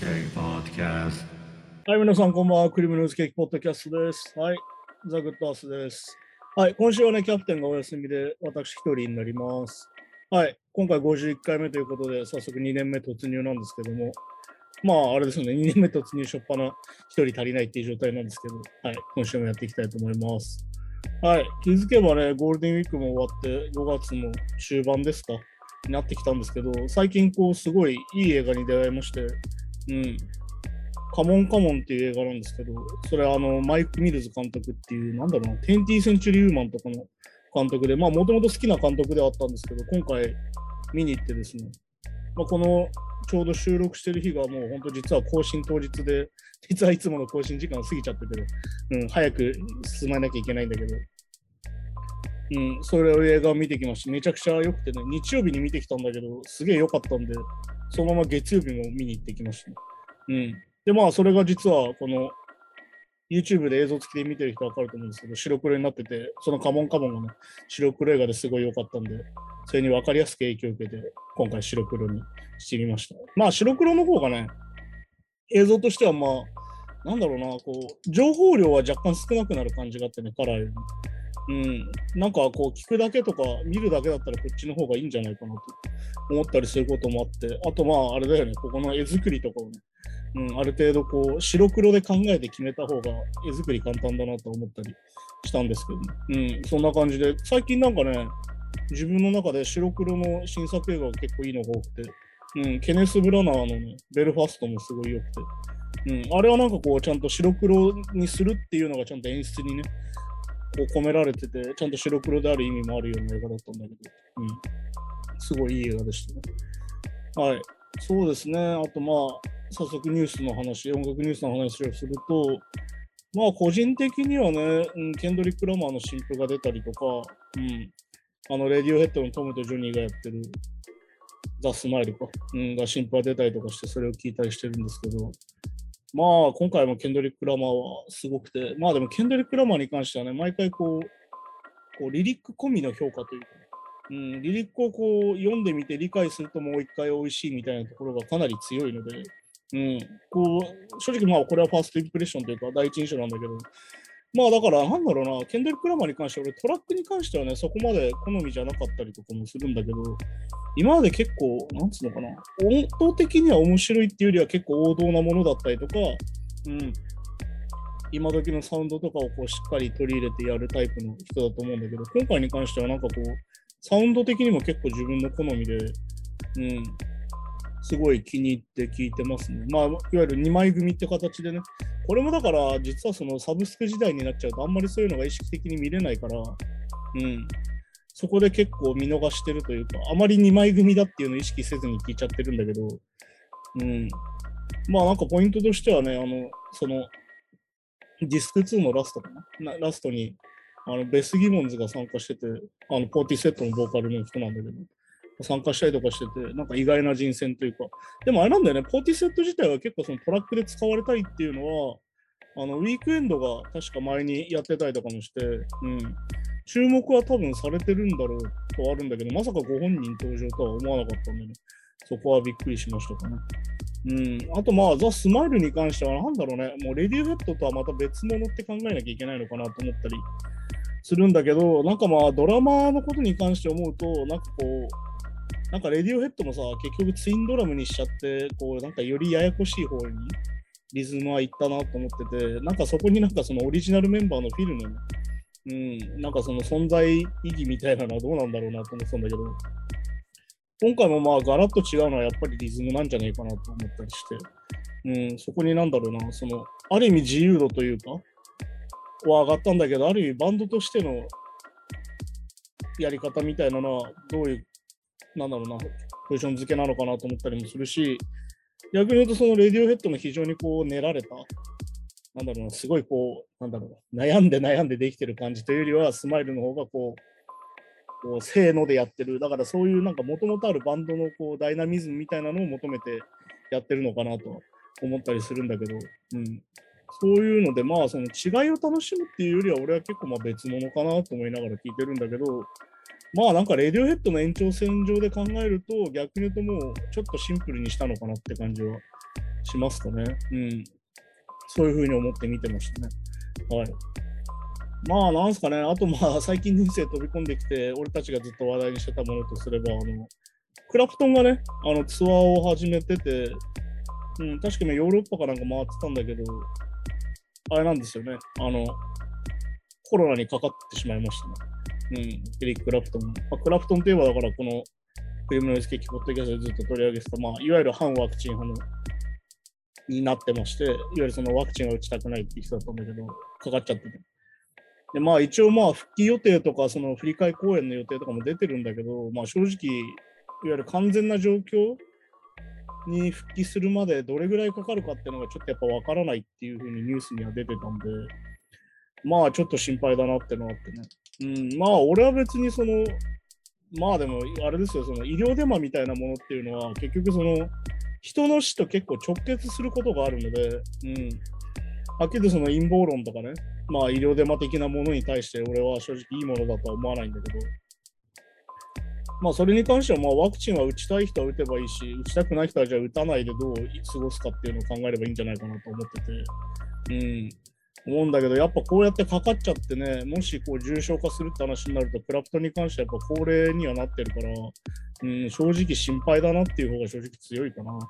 Cake Podcast. はい、皆さんこんばんは。クリムノーズケーキポッドキャストです。はい、ザ・グッドアースです。はい、今週はね、キャプテンがお休みで、私一人になります。はい、今回51回目ということで、早速2年目突入なんですけども、まあ、あれですね、2年目突入しょっぱな一人足りないっていう状態なんですけど、はい、今週もやっていきたいと思います。はい、気づけばね、ゴールデンウィークも終わって、5月も終盤ですか、になってきたんですけど、最近こう、すごいいい映画に出会いまして、カモンカモンっていう映画なんですけど、それマイク・ミルズ監督っていう、なんだろうな、20th Century Womanとかの監督で、まあ、もともと好きな監督ではあったんですけど、今回見に行ってですね、まあ、このちょうど収録してる日がもう本当実は更新当日で、実はいつもの更新時間過ぎちゃってて、早く進まなきゃいけないんだけど、それを映画を見てきました。めちゃくちゃ良くてね、日曜日に見てきたんだけど、すげえ良かったんで、そのまま月曜日も見に行ってきました。で、まあ、それが実は、この YouTube で映像付きで見てる人は分かると思うんですけど、白黒になってて、そのカモンカモンがね、白黒映画ですごい良かったんで、それに分かりやすく影響を受けて、今回白黒にしてみました。まあ、白黒の方がね、映像としてはまあ、なんだろうな、こう、情報量は若干少なくなる感じがあってね、カラーよりも。なんかこう聞くだけとか見るだけだったらこっちの方がいいんじゃないかなと思ったりすることもあって、あとまああれだよね、ここの絵作りとかをね、ある程度こう白黒で考えて決めた方が絵作り簡単だなと思ったりしたんですけどね。そんな感じで、最近なんかね、自分の中で白黒の新作映画が結構いいのが多くて、ケネス・ブラナーのね、ベルファストもすごい良くて、あれはなんかこうちゃんと白黒にするっていうのがちゃんと演出にね、こう込められてて、ちゃんと白黒である意味もあるような映画だったんだけど、すごいいい映画でしたね。はい。そうですね。あとまあ、早速ニュースの話、音楽ニュースの話をすると、まあ個人的にはね、ケンドリック・ラマーの新譜が出たりとか、レディオヘッドのトムとジョニーがやってるザ・スマイルか、が新譜が出たりとかして、それを聞いたりしてるんですけど、まあ今回もケンドリック・ラマーはすごくて、まあでもケンドリック・ラマーに関してはね、毎回こうリリック込みの評価というか、リリックをこう読んでみて理解するともう一回美味しいみたいなところがかなり強いので、こう正直まあこれはファーストインプレッションというか第一印象なんだけど、まあだからなんだろうな、ケンドリック・ラマーに関しては俺トラックに関してはね、そこまで好みじゃなかったりとかもするんだけど、今まで結構、なんつうのかな、音頭的には面白いっていうよりは結構王道なものだったりとか、今時のサウンドとかをこうしっかり取り入れてやるタイプの人だと思うんだけど、今回に関してはなんかこう、サウンド的にも結構自分の好みで、すごい気に入って聞いてますね。まあ、いわゆる2枚組って形でね、これもだから実はそのサブスク時代になっちゃうとあんまりそういうのが意識的に見れないから、そこで結構見逃してるというか、あまり2枚組だっていうのを意識せずに聞いちゃってるんだけど、まあなんかポイントとしてはね、そのディスク2のラストかな、ラストにベス・ギモンズが参加してて、ポーティセットのボーカルの人なんだけど、参加したりとかしてて、なんか意外な人選というか、でもあれなんだよね、ポーティセット自体は結構そのトラックで使われたいっていうのは、ウィークエンドが確か前にやってたりとかもして、注目は多分されてるんだろうとはあるんだけど、まさかご本人登場とは思わなかったんでね、そこはびっくりしましたかね。あとまあ、ザ・スマイルに関しては、なんだろうね、もうレディオヘッドとはまた別物って考えなきゃいけないのかなと思ったりするんだけど、なんかまあ、ドラマのことに関して思うと、なんかこう、なんかレディオヘッドもさ、結局ツインドラムにしちゃって、こう、なんかよりややこしい方にリズムはいったなと思ってて、なんかそこになんかそのオリジナルメンバーのフィルのね、なんかその存在意義みたいなのはどうなんだろうなと思ってたんだけど、今回もまあガラッと違うのはやっぱりリズムなんじゃないかなと思ったりして、そこになんだろうな、そのある意味自由度というかは上がったんだけど、ある意味バンドとしてのやり方みたいなのはどういう、なんだろうな、ポジション付けなのかなと思ったりもするし、逆に言うとそのレディオヘッドの非常にこう練られた、なんだろうな、すごいこう、なんだろうな、悩んでできてる感じというよりは、スマイルの方がこうせーのでやってる。だからそういうなんか元々あるバンドのこうダイナミズムみたいなのを求めてやってるのかなと思ったりするんだけど、そういうのでまあその違いを楽しむっていうよりは俺は結構まあ別物かなと思いながら聞いてるんだけど、まあなんかレディオヘッドの延長線上で考えると逆に言うともうちょっとシンプルにしたのかなって感じはしますかね。そういうふうに思って見てましたね。はい。まあ、なんすかね、あとまあ、最近ニュースで飛び込んできて、俺たちがずっと話題にしてたものとすれば、クラプトンがね、ツアーを始めてて、確かにヨーロッパかなんか回ってたんだけど、あれなんですよね、コロナにかかってしまいましたね。エリック・クラプトン。クラプトンといえば、だからこのクリムノイズケーキポッドキャストでずっと取り上げてた、いわゆる反ワクチン派になってまして、いわゆるそのワクチンは打ちたくないっていう人だったんだけど、かかっちゃってて。で一応復帰予定とか、その振り替え公演の予定とかも出てるんだけど、正直、いわゆる完全な状況に復帰するまでどれぐらいかかるかっていうのがちょっとやっぱ分からないっていうふうにニュースには出てたんで、ちょっと心配だなってのがあってね。俺は別にでもあれですよ、その医療デマみたいなものっていうのは結局人の死と結構直結することがあるので、はっきりその陰謀論とかね、医療デマ的なものに対して俺は正直いいものだとは思わないんだけど、それに関してはワクチンは打ちたい人は打てばいいし、打ちたくない人はじゃあ打たないでどう過ごすかっていうのを考えればいいんじゃないかなと思ってて、思うんだけど、やっぱこうやってかかっちゃってね、もし重症化するって話になると、クラプトンに関してはやっぱ高齢にはなってるから、正直心配だなっていう方が正直強いかな。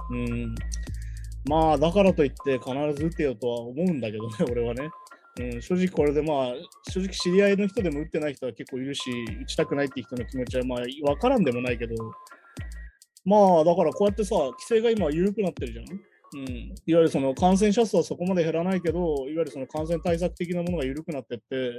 だからといって必ず打てよとは思うんだけどね、俺はね。正直これで正直知り合いの人でも打ってない人は結構いるし、打ちたくないっていう人の気持ちは分からんでもないけど、だからこうやってさ、規制が今緩くなってるじゃん。いわゆるその感染者数はそこまで減らないけど、いわゆるその感染対策的なものが緩くなってって、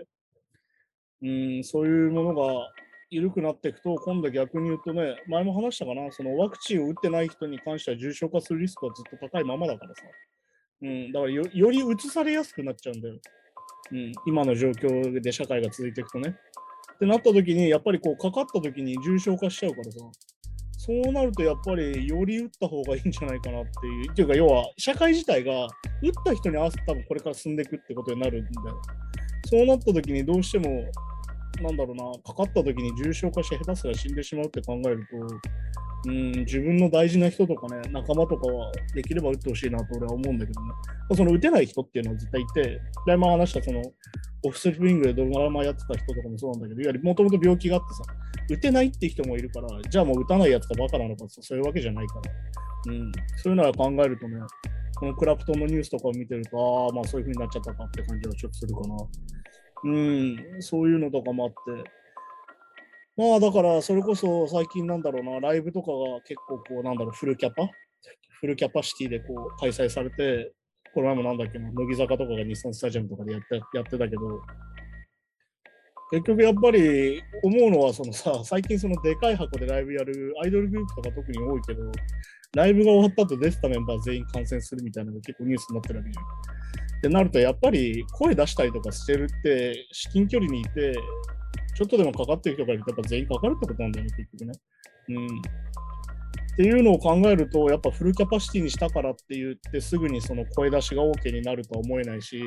そういうものが緩くなっていくと、今度逆に言うとね、前も話したかな、そのワクチンを打ってない人に関しては重症化するリスクはずっと高いままだからさ。だからより移されやすくなっちゃうんだよ。今の状況で社会が続いていくとね。ってなった時に、やっぱりかかった時に重症化しちゃうからさ。そうなるとやっぱりより打った方がいいんじゃないかなっていう。っていうか要は社会自体が打った人に合わせて多分これから進んでいくってことになるんだよ。そうなった時にどうしてもかかった時に重症化して下手すら死んでしまうって考えると、自分の大事な人とかね、仲間とかはできれば打ってほしいなと俺は思うんだけどね。その打てない人っていうのは絶対いて、前も話したオフスリングでドラマやってた人とかもそうなんだけど、いわゆるもともと病気があってさ、打てないって人もいるから、じゃあもう打たないやつがバカなのかそういうわけじゃないから。そういうのは考えるとね、このクラプトンのニュースとかを見てると、そういう風になっちゃったかって感じはちょっとするかな。そういうのとかもあって。だからそれこそ最近ライブとかが結構フルキャパシティで開催されて、この前も乃木坂とかが日産スタジアムとかでやってたけど、結局やっぱり思うのは最近でかい箱でライブやるアイドルグループとか特に多いけど、ライブが終わった後出てたメンバー全員感染するみたいなのが結構ニュースになってるわけじゃん。ってなるとやっぱり声出したりとかしてるって至近距離にいて、ちょっとでもかかってる人がいるとやっぱ全員かかるってことなんだよね、結局ね。っていうのを考えると、やっぱフルキャパシティにしたからって言ってすぐに声出しが OK になるとは思えないし、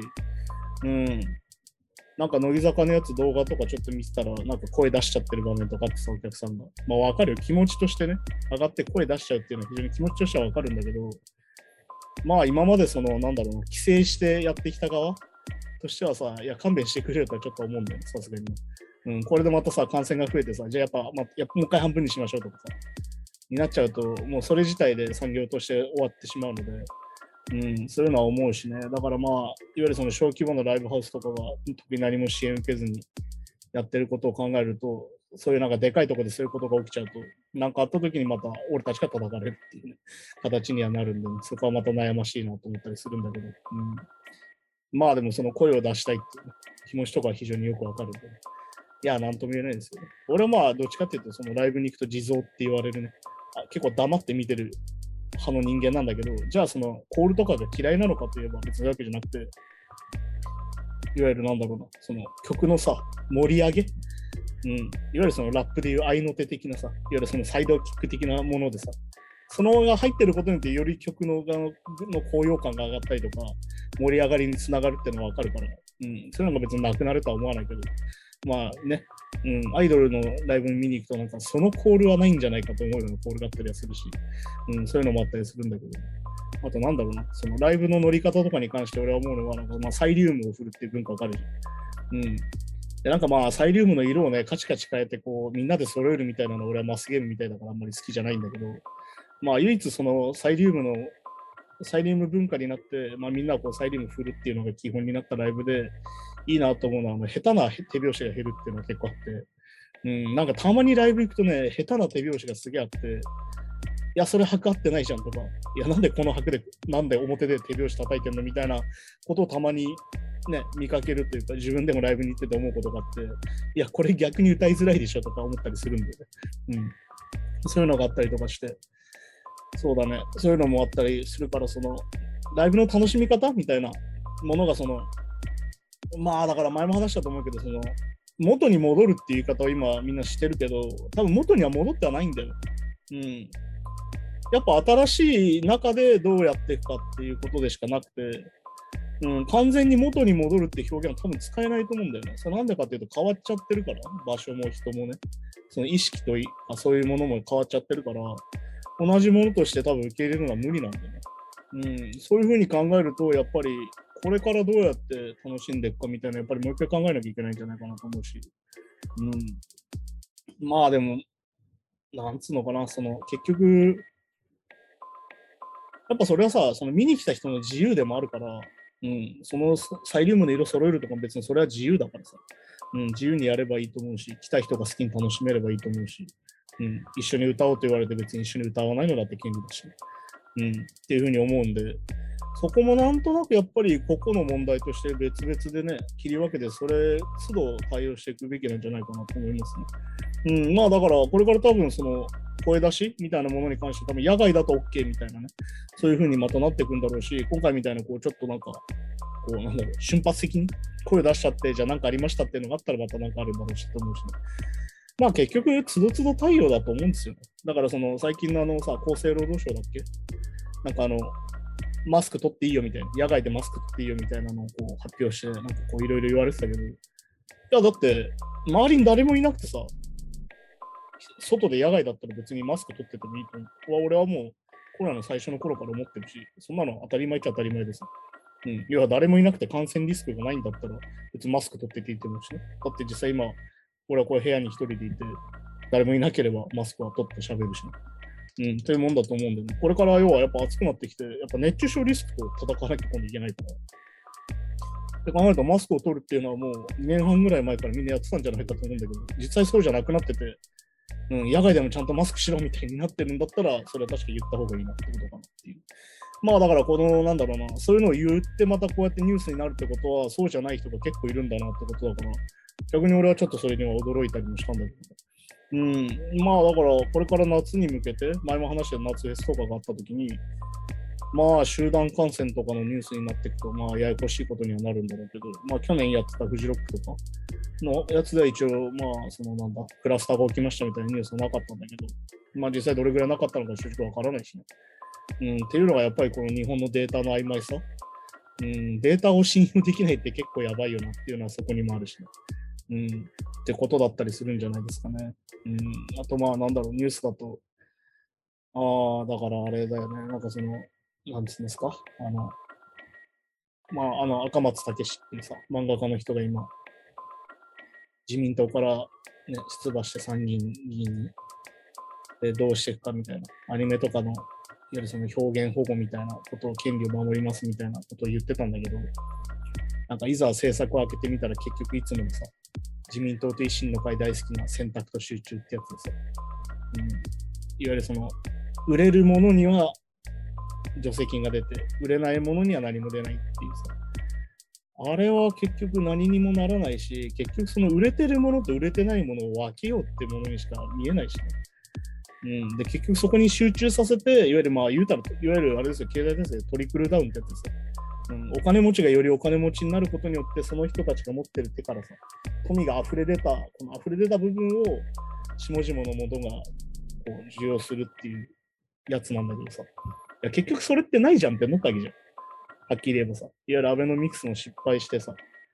乃木坂のやつ動画とかちょっと見てたら、声出しちゃってる場面とかってさ、お客さんが。わかるよ。気持ちとしてね、上がって声出しちゃうっていうのは非常に気持ちとしてはわかるんだけど、今まで規制してやってきた側としてはさ、いや、勘弁してくれるとはちょっと思うんだよね、さすがに。これでまたさ、感染が増えてさ、じゃあやっぱ、もう一回半分にしましょうとかさ、になっちゃうと、もうそれ自体で産業として終わってしまうので、そういうのは思うしね。だからいわゆる小規模のライブハウスとかが特に何も支援受けずにやってることを考えると、そういうでかいところでそういうことが起きちゃうと、あった時にまた俺たちが叩かれるっていう、ね、形にはなるんで、そこはまた悩ましいなと思ったりするんだけど、でも声を出したいっていう、ね、気持ちとかは非常によくわかるんで、いや、なんとも言えないですよね。俺はどっちかっていうと、ライブに行くと地蔵って言われるね、結構黙って見てる派の人間なんだけど、じゃあコールとかが嫌いなのかといえば別なわけじゃなくて、いわゆる曲のさ、盛り上げ、いわゆるラップでいう合いの手的なさ、いわゆるサイドキック的なものでさ、そのが入ってることによってより曲の高揚感が上がったりとか、盛り上がりにつながるっていうのはわかるから、そういうのが別になくなるとは思わないけど、 まあね、アイドルのライブに見に行くと、なんかそのコールはないんじゃないかと思うようなコールがあったりはするし、そういうのもあったりするんだけど、あとなんだろうな、そのライブの乗り方とかに関して俺は思うのは、なんかまあサイリウムを振るっていう文化があるじゃん。で、なんかまあサイリウムの色をね、カチカチ変えて、こう、みんなで揃えるみたいなの俺はマスゲームみたいだからあんまり好きじゃないんだけど、まあ唯一そのサイリウム文化になって、まあ、みんなこうサイリウム振るっていうのが基本になったライブで、いいなと思うのは、下手な手拍子が減るっていうのが結構あって、なんかたまにライブ行くとね、下手な手拍子がすげえあって、いや、それ拍合ってないじゃんとか、いや、なんでこの拍で、なんで表で手拍子叩いてんのみたいなことをたまにね、見かけるというか、自分でもライブに行ってて思うことがあって、いや、これ逆に歌いづらいでしょとか思ったりするんでね。そういうのがあったりとかして、そうだね、そういうのもあったりするから、その、ライブの楽しみ方みたいなものが、その、まあだから前も話したと思うけど、その、元に戻るっていう言い方を今みんなしてるけど、多分元には戻ってはないんだよ。やっぱ新しい中でどうやっていくかっていうことでしかなくて、完全に元に戻るって表現は多分使えないと思うんだよね。それなんでかっていうと変わっちゃってるから、場所も人もね、その意識とそういうものも変わっちゃってるから、同じものとして多分受け入れるのは無理なんだよね。そういうふうに考えると、やっぱりこれからどうやって楽しんでいくかみたいな、やっぱりもう一回考えなきゃいけないんじゃないかなと思うし。まあでも、なんつうのかな、その結局、やっぱそれはさ、その見に来た人の自由でもあるから、そのサイリウムの色揃えるとかも別にそれは自由だからさ、自由にやればいいと思うし、来た人が好きに楽しめればいいと思うし、一緒に歌おうと言われて別に一緒に歌わないのだって権利だし、っていうふうに思うんで、そこもなんとなくやっぱり個々の問題として別々でね、切り分けてそれ都度対応していくべきなんじゃないかなと思いますね。まあだからこれから多分その声出しみたいなものに関して多分野外だと OK みたいなね、そういうふうにまたなっていくんだろうし、今回みたいなこうちょっとなんか、こうなんだろう、瞬発的に声出しちゃって、じゃあなんかありましたっていうのがあったらまたなんかあるんだろうしと思うしね。まあ結局、つどつど対応だと思うんですよね。だからその最近のさ、厚生労働省だっけなんかマスク取っていいよみたいな、野外でマスク取っていいよみたいなのをこう発表して、なんかこういろいろ言われてたけど、いやだって、周りに誰もいなくてさ、外で野外だったら別にマスク取っててもいいと思う。俺はもうコロナの最初の頃から思ってるし、そんなの当たり前っちゃ当たり前です。要は誰もいなくて感染リスクがないんだったら、別にマスク取ってていいと思うしね。だって実際今、俺はこれ部屋に一人でいて、誰もいなければマスクは取って喋るしね。というもんだと思うんでね。これから要はやっぱ暑くなってきて、やっぱ熱中症リスクと戦わなきゃ今度いけないから。って考えるとマスクを取るっていうのはもう2年半ぐらい前からみんなやってたんじゃないかと思うんだけど、実際そうじゃなくなってて、野外でもちゃんとマスクしろみたいになってるんだったら、それは確か言った方がいいなってことかなっていう。まあだからこのなんだろうな、そういうのを言ってまたこうやってニュースになるってことは、そうじゃない人が結構いるんだなってことだから、逆に俺はちょっとそれには驚いたりもしたんだけど。まあだからこれから夏に向けて、前も話した夏フェスとかがあった時に、まあ集団感染とかのニュースになっていくと、まあややこしいことにはなるんだろうけど、まあ去年やってたフジロックとかのやつでは一応、まあそのなんだ、クラスターが起きましたみたいなニュースはなかったんだけど、まあ実際どれぐらいなかったのか正直わからないしね。っていうのがやっぱりこの日本のデータの曖昧さ。データを信用できないって結構やばいよなっていうのはそこにもあるしね。ってことだったりするんじゃないですかね。あとまあなんだろう、ニュースだと、だからあれだよね、なんかその、なんですか、まあ赤松武史っていうさ、漫画家の人が今、自民党からね、出馬して参議院議員に、でどうしていくかみたいな、アニメとかの、いわゆるその表現保護みたいなことを、権利を守りますみたいなことを言ってたんだけど、なんかいざ政策を開けてみたら結局いつものさ、自民党と維新の会大好きな選択と集中ってやつでさ、いわゆるその、売れるものには助成金が出て、売れないものには何も出ないっていうさ、あれは結局何にもならないし、結局その売れてるものと売れてないものを分けようってものにしか見えないしね。で結局そこに集中させて、いわゆるまあ言うたら、いわゆるあれですよ、経済ですよ、トリクルダウンってやつですよ。お金持ちがよりお金持ちになることによって、その人たちが持ってる手からさ、富が溢れ出た、この溢れ出た部分を下々の者がこう受容するっていうやつなんだけどさ、いや結局それってないじゃんって思ったわけじゃん。はっきり言えばさ、いわゆるアベノミクスの失敗してさ、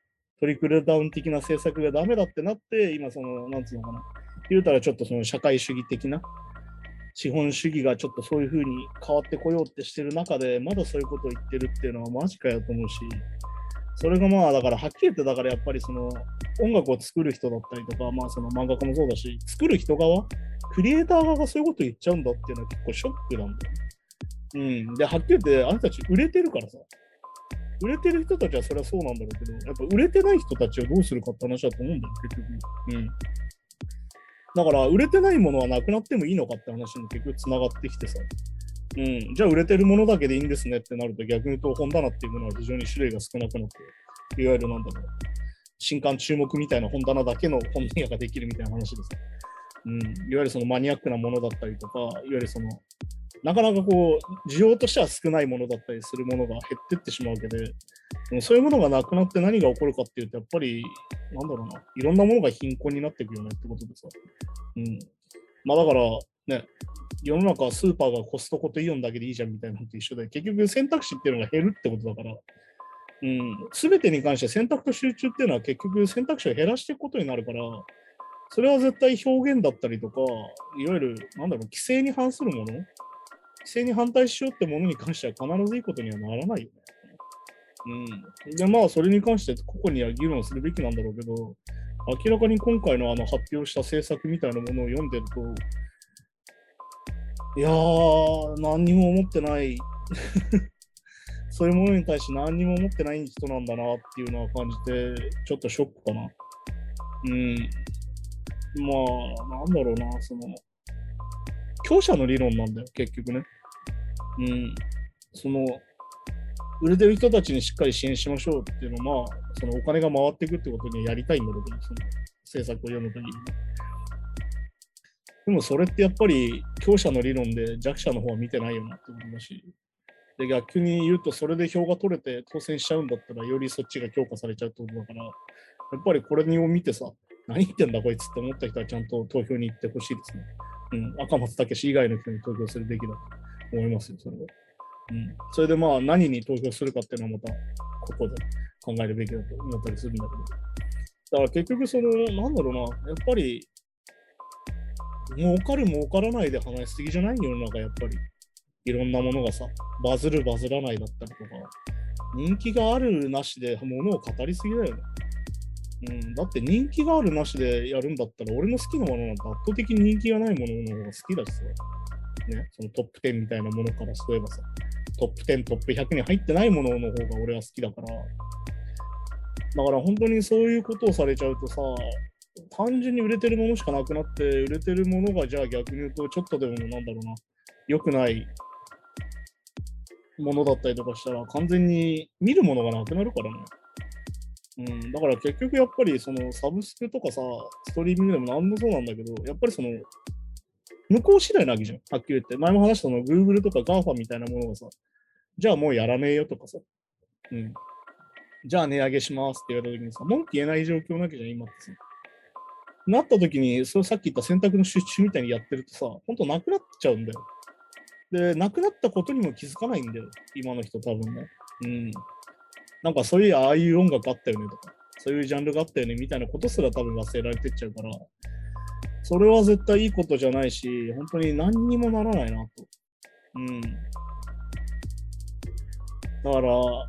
トリクルダウン的な政策がダメだってなって、今なんつうのかな、言うたらちょっとその社会主義的な、資本主義がちょっとそういう風に変わってこようってしてる中で、まだそういうことを言ってるっていうのはマジかよと思うし、それがまあだからはっきり言ってだからやっぱりその音楽を作る人だったりとか、まあその漫画家もそうだし、作る人側、クリエイター側がそういうこと言っちゃうんだっていうのは結構ショックなんだよね。で、はっきり言ってあなたたち売れてるからさ、売れてる人たちはそれはそうなんだろうけど、やっぱ売れてない人たちをどうするかって話だと思うんだよ、結局。だから売れてないものはなくなってもいいのかって話に結局つながってきてさ。じゃあ売れてるものだけでいいんですねってなると逆に言うと本棚っていうものは非常に種類が少なくなって、いわゆるなんだろう、新刊注目みたいな本棚だけの本屋ができるみたいな話です。いわゆるそのマニアックなものだったりとか、いわゆるそのなかなかこう需要としては少ないものだったりするものが減ってってしまうわけで、でもそういうものがなくなって何が起こるかっていうと、やっぱりなんだろうな、いろんなものが貧困になっていくよねってことでさ。まあだからね、世の中はスーパーがコストコとイオンだけでいいじゃんみたいなのと一緒で、結局選択肢っていうのが減るってことだから、すべてに関して選択と集中っていうのは結局選択肢を減らしていくことになるから、それは絶対表現だったりとか、いわゆるなんだろう、規制に反するもの、規制に反対しようってものに関しては必ずいいことにはならないよね。で、まあ、それに関して個々には議論するべきなんだろうけど、明らかに今回の発表した政策みたいなものを読んでると、いやー、何にも思ってない、そういうものに対して何にも思ってない人なんだなっていうのは感じて、ちょっとショックかな。まあ、なんだろうな、強者の理論なんだよ、結局ね。売れてる人たちにしっかり支援しましょうっていうのは、まあ、そのお金が回っていくってことにやりたいんだろうけど、その政策を読むときにね。でもそれってやっぱり強者の理論で弱者の方は見てないよなって思いますし、で逆に言うとそれで票が取れて当選しちゃうんだったらよりそっちが強化されちゃうってことだから、やっぱりこれを見てさ、何言ってんだこいつって思った人はちゃんと投票に行ってほしいですね。赤松武史以外の人に投票するべきだと思いますよ、それは。それでまあ何に投票するかっていうのはまたここで考えるべきだと思ったりするんだけど。だから結局なんだろうな、やっぱり儲かる儲からないで話しすぎじゃない世の中やっぱり。いろんなものがさ、バズるバズらないだったりとか、人気があるなしでものを語りすぎだよね。だって人気があるなしでやるんだったら、俺の好きなものなんて圧倒的に人気がないものの方が好きだしさ。ね、そのトップ10みたいなものからそういえばさ、トップ10、トップ100に入ってないものの方が俺は好きだから。だから本当にそういうことをされちゃうとさ、単純に売れてるものしかなくなって、売れてるものがじゃあ逆に言うとちょっとでもなんだろうな、良くないものだったりとかしたら完全に見るものがなくなるからね。だから結局やっぱりそのサブスクとかさ、ストリーミングでも何もそうなんだけど、やっぱりその向こう次第なわけじゃん。はっきり言って。前も話したの Google とか GAFA みたいなものがさ、じゃあもうやらねえよとかさ、じゃあ値上げしますって言われた時にさ、文句言えない状況なわけじゃん、今ってさ。なった時に、それさっき言った選択の集中みたいにやってるとさ、本当なくなっちゃうんだよ。で、なくなったことにも気づかないんだよ、今の人多分ね。なんかそういう、ああいう音楽あったよねとか、そういうジャンルがあったよねみたいなことすら多分忘れられてっちゃうから、それは絶対いいことじゃないし、本当に何にもならないなと。だから、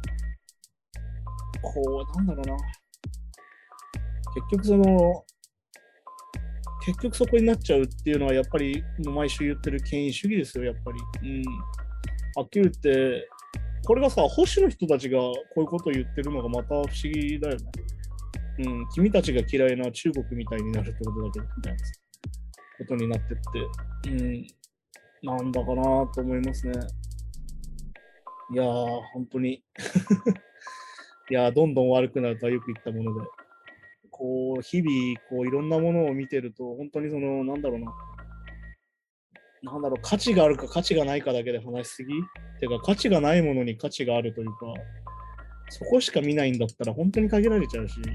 なんだろうな。結局そこになっちゃうっていうのは、やっぱり毎週言ってる権威主義ですよ、やっぱり。はっきり言って、これがさ、保守の人たちがこういうことを言ってるのがまた不思議だよね。君たちが嫌いな中国みたいになるってことだけど、みたいなことになってって、なんだかなと思いますね。いやー、本当に。いやー、どんどん悪くなるとはよく言ったもので。日々、いろんなものを見てると、本当になんだろうな。価値があるか価値がないかだけで話しすぎてか、価値がないものに価値があるというか、そこしか見ないんだったら本当に限られちゃうし。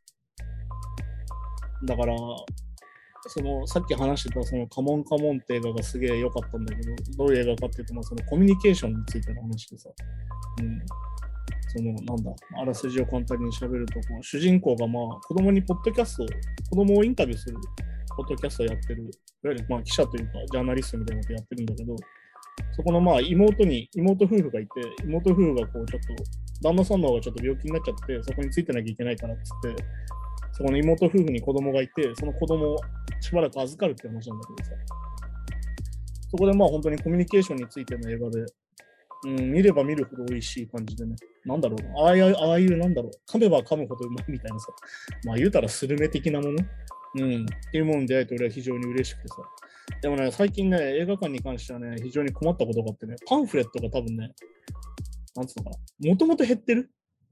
だから、さっき話してたカモンカモンって映画がすげえ良かったんだけど、どういう映画かっていうと、そのコミュニケーションについての話でさ、 なんだ、あらすじを簡単に喋ると、主人公が子供に子供をインタビューするポッドキャストをやってる、いわゆる記者というか、ジャーナリストみたいなことやってるんだけど、そこの妹夫婦がいて、妹夫婦がちょっと、旦那さんの方がちょっと病気になっちゃって、そこについてなきゃいけないからっつって、そこの妹夫婦に子供がいて、その子供をしばらく預かるって話なんだけどさ、そこで本当にコミュニケーションについての映画で、見れば見るほど美味しい感じでね、なんだろうな、ああいうなんだろう、噛めば噛むほどうまいみたいなさ、言うたらスルメ的なもの、っていうものに出会えて俺は非常に嬉しくてさ。でもね、最近ね、映画館に関してはね、非常に困ったことがあってね、パンフレットが多分ね、なんつうのかな、もともと減ってる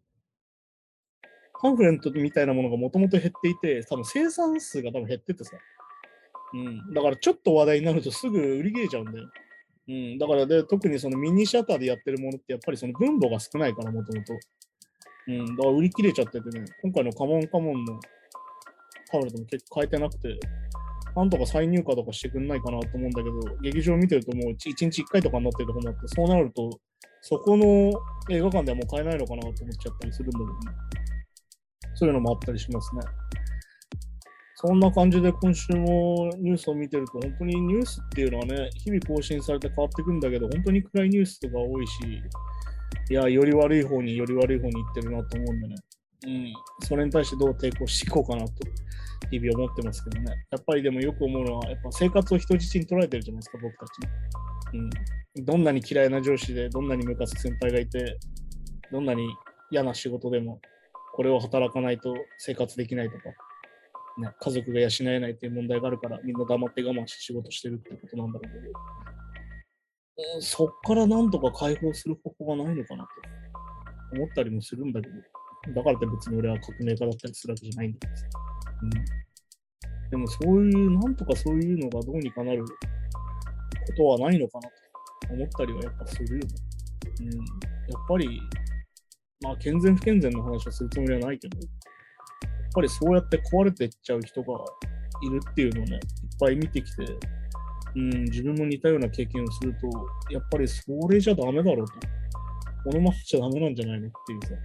パンフレットみたいなものがもともと減っていて、多分生産数が多分減っててさ。だからちょっと話題になるとすぐ売り切れちゃうんだよ。だからで、特にそのミニシアターでやってるものってやっぱりその分母が少ないから、もともと。だから売り切れちゃっててね、今回のカモンカモンのパンフレットも結構変えてなくて、なんとか再入荷とかしてくんないかなと思うんだけど、劇場見てるともう1日1回とかになってるとこもあって、そうなると、そこの映画館ではもう買えないのかなと思っちゃったりするんだけどね。そういうのもあったりしますね。そんな感じで今週もニュースを見てると、本当にニュースっていうのはね、日々更新されて変わってくんだけど、本当に暗いニュースとか多いし、いや、より悪い方に行ってるなと思うんでね。それに対してどう抵抗していこうかなと、日々思ってますけどね。やっぱりでもよく思うのは、やっぱ生活を人質に取られてるじゃないですか、僕たち。どんなに嫌いな上司で、どんなにムカつく先輩がいて、どんなに嫌な仕事でも、これを働かないと生活できないとか、ね、家族が養えないという問題があるから、みんな黙って我慢して仕事してるってことなんだろうけど、そっからなんとか解放する方法がないのかなと思ったりもするんだけど、だからって別に俺は革命家だったりするわけじゃないんだけどさ。でもそういう、なんとかそういうのがどうにかなることはないのかなと思ったりはやっぱするよね。やっぱり、健全不健全の話をするつもりはないけど、やっぱりそうやって壊れていっちゃう人がいるっていうのをね、いっぱい見てきて、自分も似たような経験をすると、やっぱりそれじゃダメだろうと。このままじゃダメなんじゃないのっていうさ、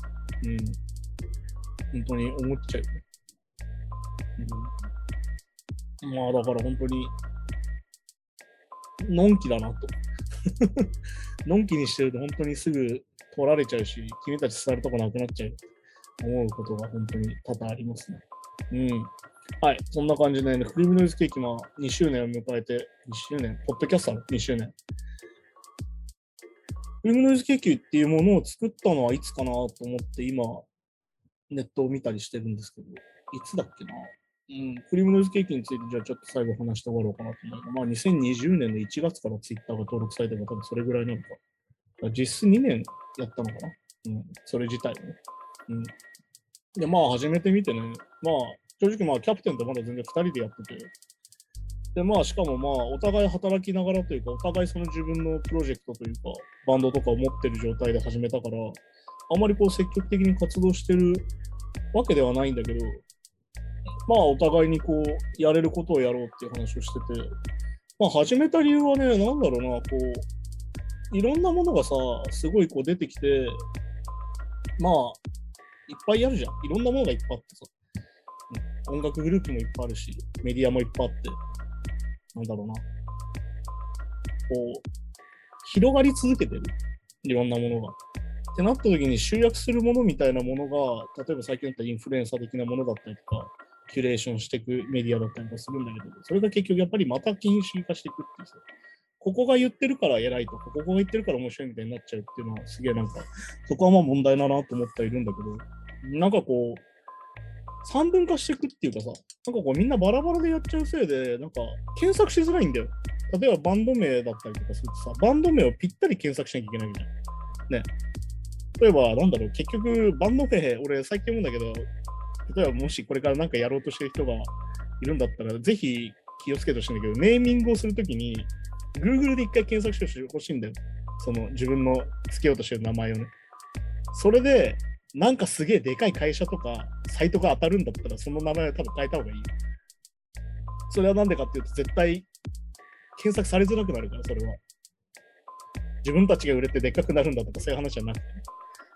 本当に思っちゃうよね。だから本当に、のんきだなと。のんきにしてると本当にすぐ取られちゃうし、君たち座るとこなくなっちゃうと思うことが本当に多々ありますね。はい、そんな感じでね、クリームノイズケーキ2周年を迎えて、2周年、ポッドキャスターの2周年。クリームノイズケーキっていうものを作ったのはいつかなと思って今、ネットを見たりしてるんですけど、いつだっけな。クリームノイズケーキについてじゃあちょっと最後話して終わろうかなと思う。2020年の1月からツイッターが登録されてるから多分それぐらいなのか。実質2年やったのかな。それ自体はね。で、始めてみてね、正直キャプテンとまだ全然2人でやってて、で、しかもお互い働きながらというか、お互いその自分のプロジェクトというか、バンドとかを持ってる状態で始めたから、あまり積極的に活動してるわけではないんだけど、お互いにやれることをやろうっていう話をしてて、始めた理由はね、なんだろうな、いろんなものがさ、すごい出てきて、いっぱいあるじゃん。いろんなものがいっぱいあってさ、音楽グループもいっぱいあるし、メディアもいっぱいあって、なんだろうな、広がり続けてる。いろんなものが。ってなった時に集約するものみたいなものが、例えば最近言ったインフルエンサー的なものだったりとか、キュレーションしていくメディアだったりとかするんだけど、それが結局やっぱりまた禁止化していくっていうさ、ここが言ってるから偉いとか、ここが言ってるから面白いみたいになっちゃうっていうのはすげえそこは問題だなと思ってはいるんだけど、三分化していくっていうかさ、みんなバラバラでやっちゃうせいで、検索しづらいんだよ。例えばバンド名だったりとかするとさ、バンド名をぴったり検索しなきゃいけないじゃん。ね。例えば、結局、バンド名、俺最近思うんだけど、例えばもしこれからやろうとしてる人がいるんだったら、ぜひ気をつけてほしいんだけど、ネーミングをするときに、Google で一回検索してほしいんだよ。自分の付けようとしてる名前をね。それで、すげえでかい会社とか、サイトが当たるんだったら、その名前を多分変えた方がいい。それはなんでかっていうと、絶対、検索されづらくなるから、それは。自分たちが売れてでっかくなるんだとか、そういう話じゃなくて。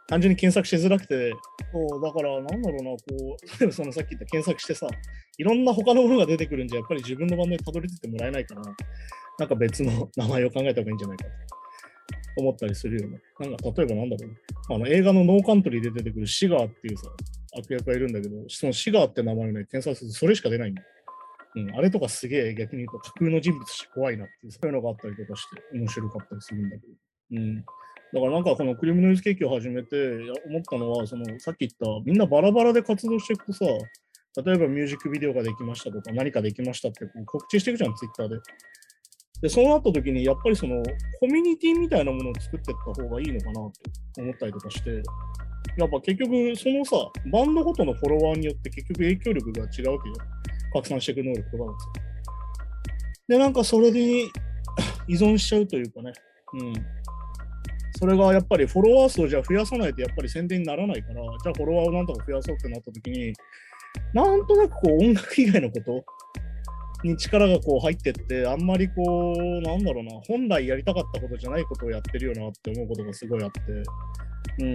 単純に検索しづらくて、そうだからなんだろうな、こう、例えばそのさっき言った検索してさ、いろんな他のものが出てくるんじゃ、やっぱり自分の番でたどり着いてもらえないから、なんか別の名前を考えた方がいいんじゃないかと思ったりするよね。なんか例えばなんだろうな、映画のノーカントリーで出てくるシガーっていうさ、悪役がいるんだけど、そのシガーって名前をね、検索するとそれしか出ないんだよ。あれとかすげえ逆に言うと架空の人物として怖いなっていう、そういうのがあったりとかして面白かったりするんだけど。だからなんかこのクリームノイズケーキを始めて思ったのは、そのさっき言ったみんなバラバラで活動していくとさ、例えばミュージックビデオができましたとか何かできましたってこう告知していくじゃん、ツイッターで。で、そうなった時にやっぱりそのコミュニティみたいなものを作っていった方がいいのかなと思ったりとかして、やっぱ結局そのさ、バンドごとのフォロワーによって結局影響力が違うわけよ。拡散していく能力とかなんですよ。で、なんかそれに依存しちゃうというかね。それがやっぱりフォロワー数をじゃあ増やさないとやっぱり宣伝にならないから、じゃあフォロワーをなんとか増やそうってなった時に、なんとなくこう音楽以外のことに力がこう入ってって、あんまりこう、なんだろうな、本来やりたかったことじゃないことをやってるよなって思うことがすごいあって、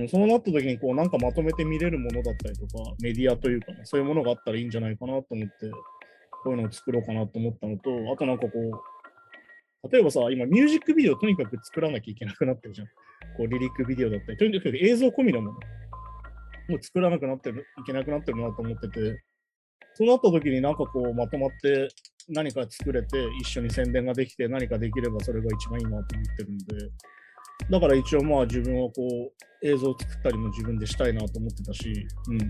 そうなった時にこうなんかまとめて見れるものだったりとか、メディアというかね、そういうものがあったらいいんじゃないかなと思って、こういうのを作ろうかなと思ったのと、あとなんかこう、例えばさ、今ミュージックビデオとにかく作らなきゃいけなくなってるじゃん。こうリリックビデオだったり、とにかく映像込みのものもう作らなくなってる、いけなくなってるなと思ってて、そうなった時になんかこうまとまって何か作れて一緒に宣伝ができて何かできればそれが一番いいなと思ってるんで、だから一応まあ自分はこう映像を作ったりも自分でしたいなと思ってたし、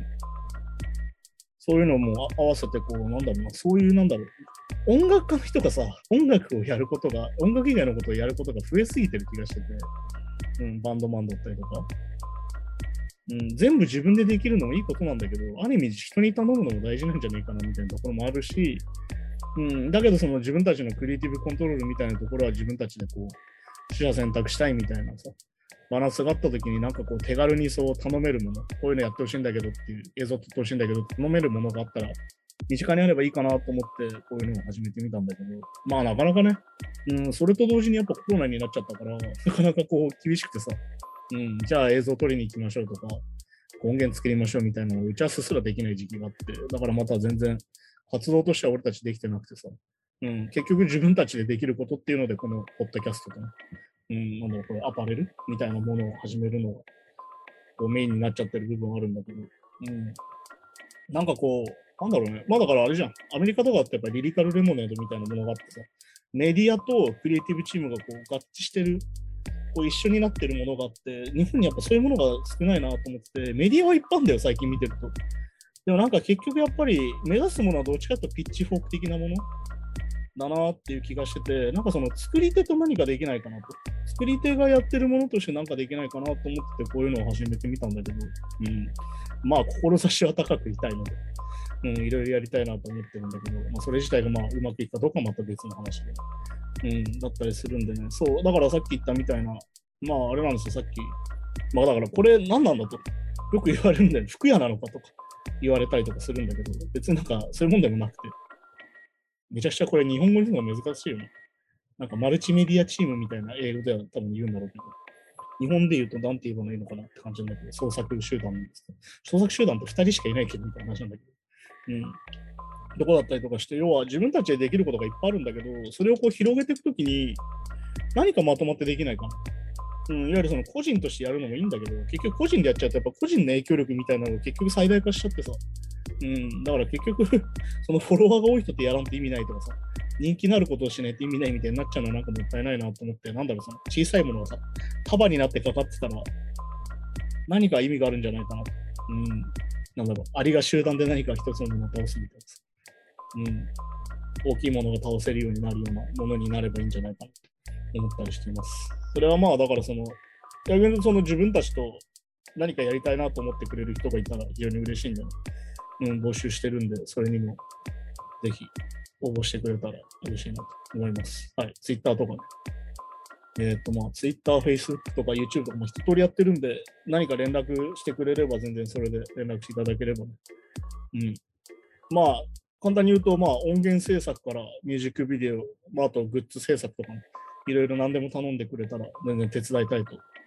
そういうのも合わせてこうなんだろうな、そういうなんだろう、音楽家の人がさ、音楽をやることが、音楽以外のことをやることが増えすぎてる気がしてて、バンドマンだったりとか、全部自分でできるのもいいことなんだけど、ある意味人に頼むのも大事なんじゃないかなみたいなところもあるし、だけどその自分たちのクリエイティブコントロールみたいなところは自分たちでこう、取捨選択したいみたいなさ、バランスがあった時になんかこう手軽にそう頼めるもの、こういうのやってほしいんだけどっていう、映像撮ってほしいんだけど頼めるものがあったら、身近にあればいいかなと思ってこういうのを始めてみたんだけど、まあなかなかね、それと同時にやっぱコロナになっちゃったから、なかなかこう厳しくてさ、じゃあ映像撮りに行きましょうとか、音源作りましょうみたいなのを打ち合わせすらできない時期があって、だからまた全然活動としては俺たちできてなくてさ、結局自分たちでできることっていうので、このポッドキャストとね、なんだろう、これアパレルみたいなものを始めるのがこうメインになっちゃってる部分はあるんだけど、なんかこう、なんだろうね、まあだからあれじゃん、アメリカとかってやっぱりリリカルレモネードみたいなものがあってさ、メディアとクリエイティブチームがこう合致してる、こう一緒になってるものがあって、日本にやっぱそういうものが少ないなと思ってて、メディアはいっぱいあるんだよ、最近見てると。でもなんか結局やっぱり目指すものはどっちかというとピッチフォーク的なものだなっていう気がしてて、なんかその作り手と何かできないかなと。作り手がやってるものとして何かできないかなと思ってて、こういうのを始めてみたんだけど、まあ志は高くいたいので、いろいろやりたいなと思ってるんだけど、それ自体がまあうまくいくかどうかはまた別の話で、だったりするんでね、そう、だからさっき言ったみたいな、まああれなんですよ、さっき、だからこれ何なんだと、よく言われるんだよ、服屋なのかとか言われたりとかするんだけど、別になんかそういうもんでもなくて、めちゃくちゃこれ日本語にするのが難しいよね。なんかマルチメディアチームみたいな英語では多分言うんだろうけど、日本で言うと何て言えばいいのかなって感じなんだけど、創作集団なんですけど、創作集団って2人しかいないけどみたいな話なんだけど、どこだったりとかして、要は自分たちでできることがいっぱいあるんだけど、それをこう広げていくときに何かまとまってできないかな。いわゆるその個人としてやるのもいいんだけど、結局個人でやっちゃうと、やっぱ個人の影響力みたいなのを結局最大化しちゃってさ、だから結局そのフォロワーが多い人ってやらんと意味ないとかさ、人気のあることをしないと意味ないみたいになっちゃうのはなんかもったいないなと思って、なんだろう、その小さいものがさ、束になってかかってたら、何か意味があるんじゃないかなと。なんだろう、アリが集団で何か一つのものを倒すみたいなさ。大きいものが倒せるようになるようなものになればいいんじゃないかなと思ったりしています。それはまあ、だからその、逆にその自分たちと何かやりたいなと思ってくれる人がいたら非常に嬉しいんで、募集してるんで、それにもぜひ応募してくれたら嬉しいなと思います。はい、Twitter とかね。Twitter、Facebook とか YouTube とかも一通りやってるんで、何か連絡してくれれば全然それで連絡していただければね。まあ、簡単に言うと、音源制作からミュージックビデオ、あとグッズ制作とかも、いろいろ何でも頼んでくれたら全然手伝いたいと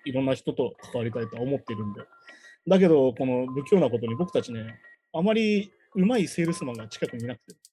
いろんな人と関わりたいとは思ってるんで。だけど、この不況なことに僕たちね、あまりうまいセールスマンが近くにいなくて、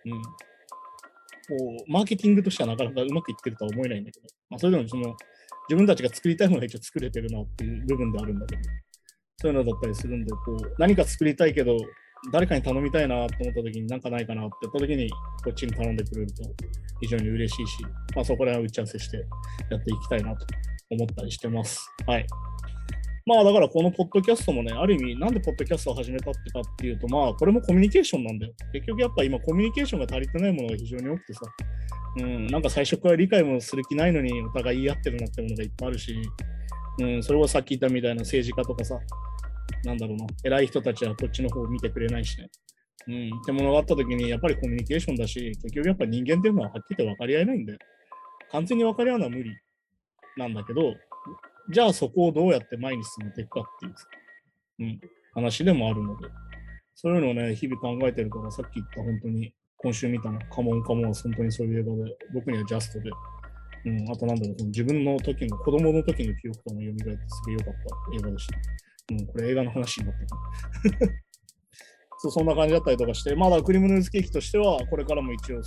こうマーケティングとしてはなかなかうまくいってるとは思えないんだけど、それでも自分たちが作りたいものが一応作れてるなっていう部分であるんだけど、そういうのだったりするんで、何か作りたいけど、誰かに頼みたいなと思った時になんかないかなって言った時にこっちに頼んでくれると非常に嬉しいし、そこら辺は打ち合わせしてやっていきたいなと思ったりしてます。はい。だからこのポッドキャストもね、ある意味なんでポッドキャストを始めたっていうと、これもコミュニケーションなんだよ。結局やっぱ今コミュニケーションが足りてないものが非常に多くてさ、なんか最初から理解もする気ないのにお互い言い合ってるなってものがいっぱいあるし、それはさっき言ったみたいな政治家とかさ、偉い人たちはこっちの方を見てくれないしね。ってものがあったときに、やっぱりコミュニケーションだし、結局やっぱ人間っていうのははっきりと分かり合えないんで、完全に分かり合うのは無理なんだけど、じゃあそこをどうやって前に進めていくかっていう、話でもあるので、そういうのをね、日々考えてるから、さっき言った本当に、今週見たの、カモンカモンは本当にそういう映画で、僕にはジャストで、あと自分の時の、子供の時の記憶とも蘇ってすげえ良かった映画でした。これ映画の話になってる。そんな感じだったりとかして、まだクリムヌーズケーキとしては、これからも一応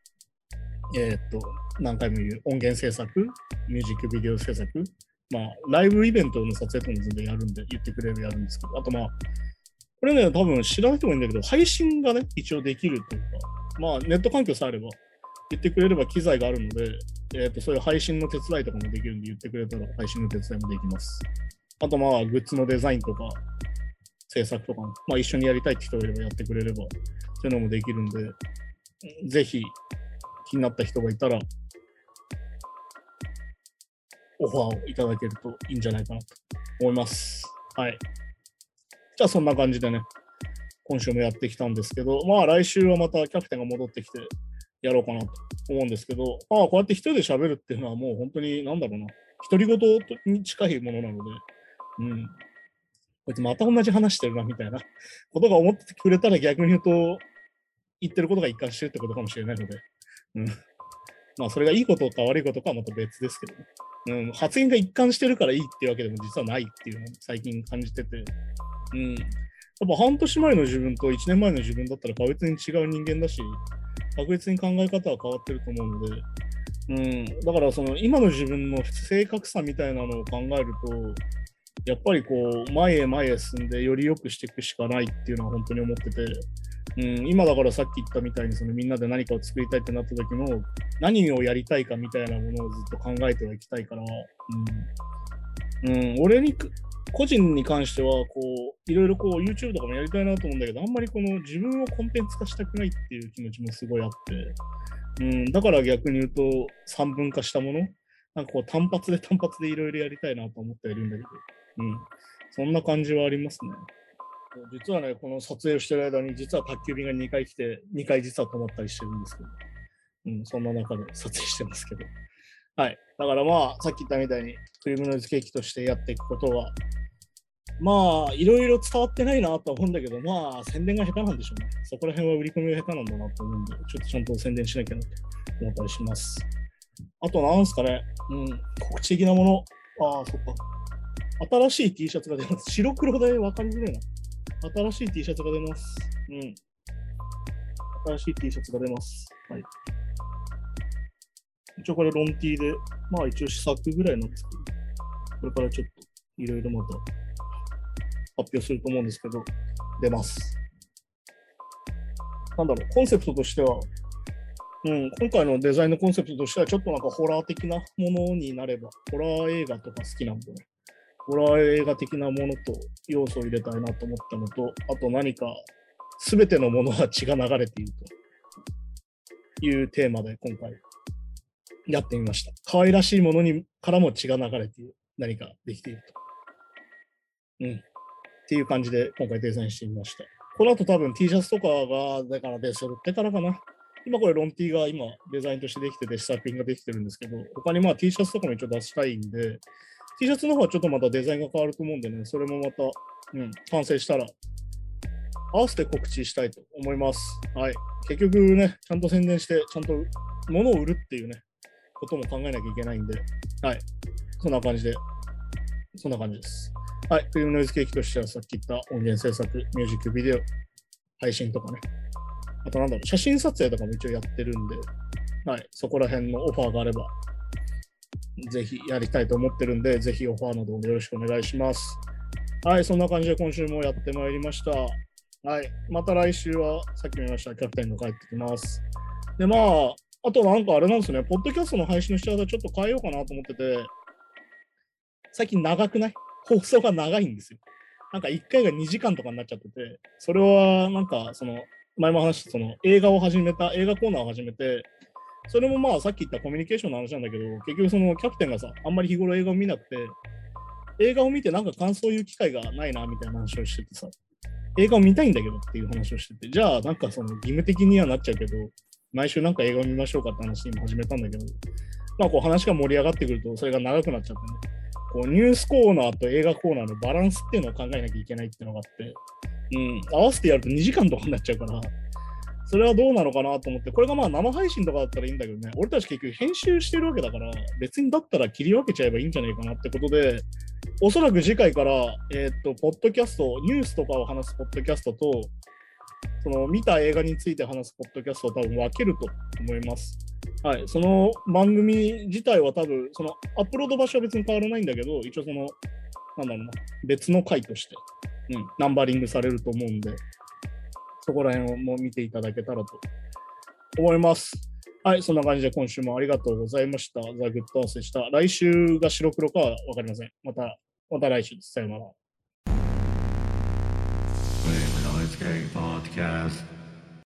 何回も言う音源制作、ミュージックビデオ制作、ライブイベントの撮影とかも全然やるんで、言ってくれるやるんですけど、あとこれね、多分知らない人もいるんだけど、配信がね、一応できるというか、ネット環境さえあれば、言ってくれれば機材があるので、そういう配信の手伝いとかもできるんで、言ってくれたら配信の手伝いもできます。あとグッズのデザインとか、制作とかも、一緒にやりたいって人がいればやってくれれば、そういうのもできるんで、ぜひ気になった人がいたら、オファーをいただけるといいんじゃないかなと思います。はい。じゃあそんな感じでね、今週もやってきたんですけど、来週はまたキャプテンが戻ってきてやろうかなと思うんですけど、こうやって一人で喋るっていうのはもう本当に独り言に近いものなので、こいつまた同じ話してるなみたいなことが思っててくれたら逆に言うと、言ってることが一貫してるってことかもしれないので、それがいいことか悪いことかはまた別ですけどね。発言が一貫してるからいいっていうわけでも実はないっていうのを最近感じてて、やっぱ半年前の自分と1年前の自分だったら確実に違う人間だし、確実に考え方は変わってると思うので、だから今の自分の正確さみたいなのを考えると、やっぱり前へ前へ進んでより良くしていくしかないっていうのは本当に思ってて、今だからさっき言ったみたいにみんなで何かを作りたいってなった時も何をやりたいかみたいなものをずっと考えてはいきたいから、俺に個人に関してはいろいろYouTube とかもやりたいなと思うんだけど、あんまり自分をコンテンツ化したくないっていう気持ちもすごいあって、だから逆に言うと3分化したもの、単発でいろいろやりたいなと思っているんだけど、そんな感じはありますね。実はね、この撮影をしている間に、実は宅急便が2回来て、2回実は止まったりしてるんですけど、そんな中で撮影してますけど。はい。だからさっき言ったみたいに、クリームノイズケーキとしてやっていくことは、いろいろ伝わってないなとは思うんだけど、宣伝が下手なんでしょうね。そこら辺は売り込みが下手なんだなと思うんで、ちょっとちゃんと宣伝しなきゃなと思ったりします。あとなんすかね、告知的なもの。そっか。新しい T シャツが出ます。白黒で分かりづらいな。新しい T シャツが出ます。新しい T シャツが出ます。はい。一応これロン T で、一応試作ぐらいなんですけど、これからちょっといろいろまた発表すると思うんですけど、出ます。コンセプトとしては、今回のデザインのコンセプトとしては、ちょっとホラー的なものになれば、ホラー映画とか好きなんでね、ホラー映画的なものと要素を入れたいなと思ったのと、あと何か全てのものは血が流れているというテーマで今回やってみました。可愛らしいものにからも血が流れている、何かできていると。っていう感じで今回デザインしてみました。この後多分 T シャツとかがだからで揃ってからかな。今これロン T が今デザインとしてできてて試作品ができてるんですけど、他にT シャツとかも一応出したいんで、T シャツの方はちょっとまたデザインが変わると思うんでね、それもまた、完成したら合わせて告知したいと思います。はい。結局ね、ちゃんと宣伝して、ちゃんと物を売るっていうね、ことも考えなきゃいけないんで、はい。そんな感じでそんな感じです。はい。クリームノイズケーキとしてはさっき言った音源制作、ミュージックビデオ、配信とかね。あとなんだろう、写真撮影とかも一応やってるんで、はい。そこら辺のオファーがあれば、ぜひやりたいと思ってるんで、ぜひオファーなどよろしくお願いします。はい。そんな感じで今週もやってまいりました。はい。また来週は、さっきも言いました、キャプテンが帰ってきます。で、まあ、あとなんかあれなんですね、ポッドキャストの配信の仕方ちょっと変えようかなと思ってて、最近長くない？放送が長いんですよ。なんか1回が2時間とかになっちゃってて、それはなんか前も話した映画コーナーを始めて、それもまあさっき言ったコミュニケーションの話なんだけど、結局キャプテンがさ、あんまり日頃映画を見なくて、映画を見てなんか感想を言う機会がないなみたいな話をしててさ、映画を見たいんだけどっていう話をしてて、じゃあなんか義務的にはなっちゃうけど、毎週なんか映画を見ましょうかって話にも始めたんだけど、まあ話が盛り上がってくるとそれが長くなっちゃってね。ニュースコーナーと映画コーナーのバランスっていうのを考えなきゃいけないっていうのがあって、合わせてやると2時間とかになっちゃうから、それはどうなのかなと思って、これがまあ生配信とかだったらいいんだけどね、俺たち結局編集してるわけだから、別にだったら切り分けちゃえばいいんじゃないかなってことで、おそらく次回から、ポッドキャスト、ニュースとかを話すポッドキャストと、見た映画について話すポッドキャストを多分分けると思います。はい、その番組自体は多分、アップロード場所は別に変わらないんだけど、一応なんだろうな、別の回として、ナンバリングされると思うんで、そこら辺をも見ていただけたらと思います。はい、そんな感じで今週もありがとうございました。ザ・グッドアースでした。来週が白黒かは分かりません。また来週です。さよなら。